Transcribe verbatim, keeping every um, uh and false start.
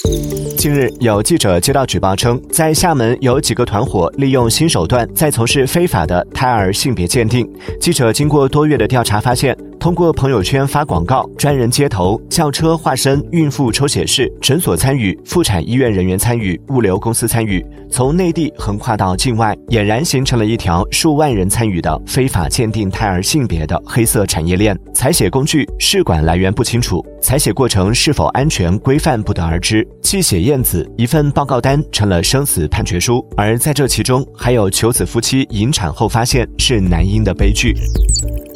近日，有记者接到举报称，在厦门有几个团伙利用新手段在从事非法的胎儿性别鉴定。记者经过多月的调查发现，通过朋友圈发广告、专人接头、轿车化身孕妇抽血室、诊所参与、妇产医院人员参与、物流公司参与，从内地横跨到境外，俨然形成了一条数万人参与的非法鉴定胎儿性别的黑色产业链。采血工具、试管来源不清楚，采血过程是否安全规范不得而知，寄血验子一份报告单成了生死判决书，而在这其中还有求子夫妻引产后发现是男婴的悲剧。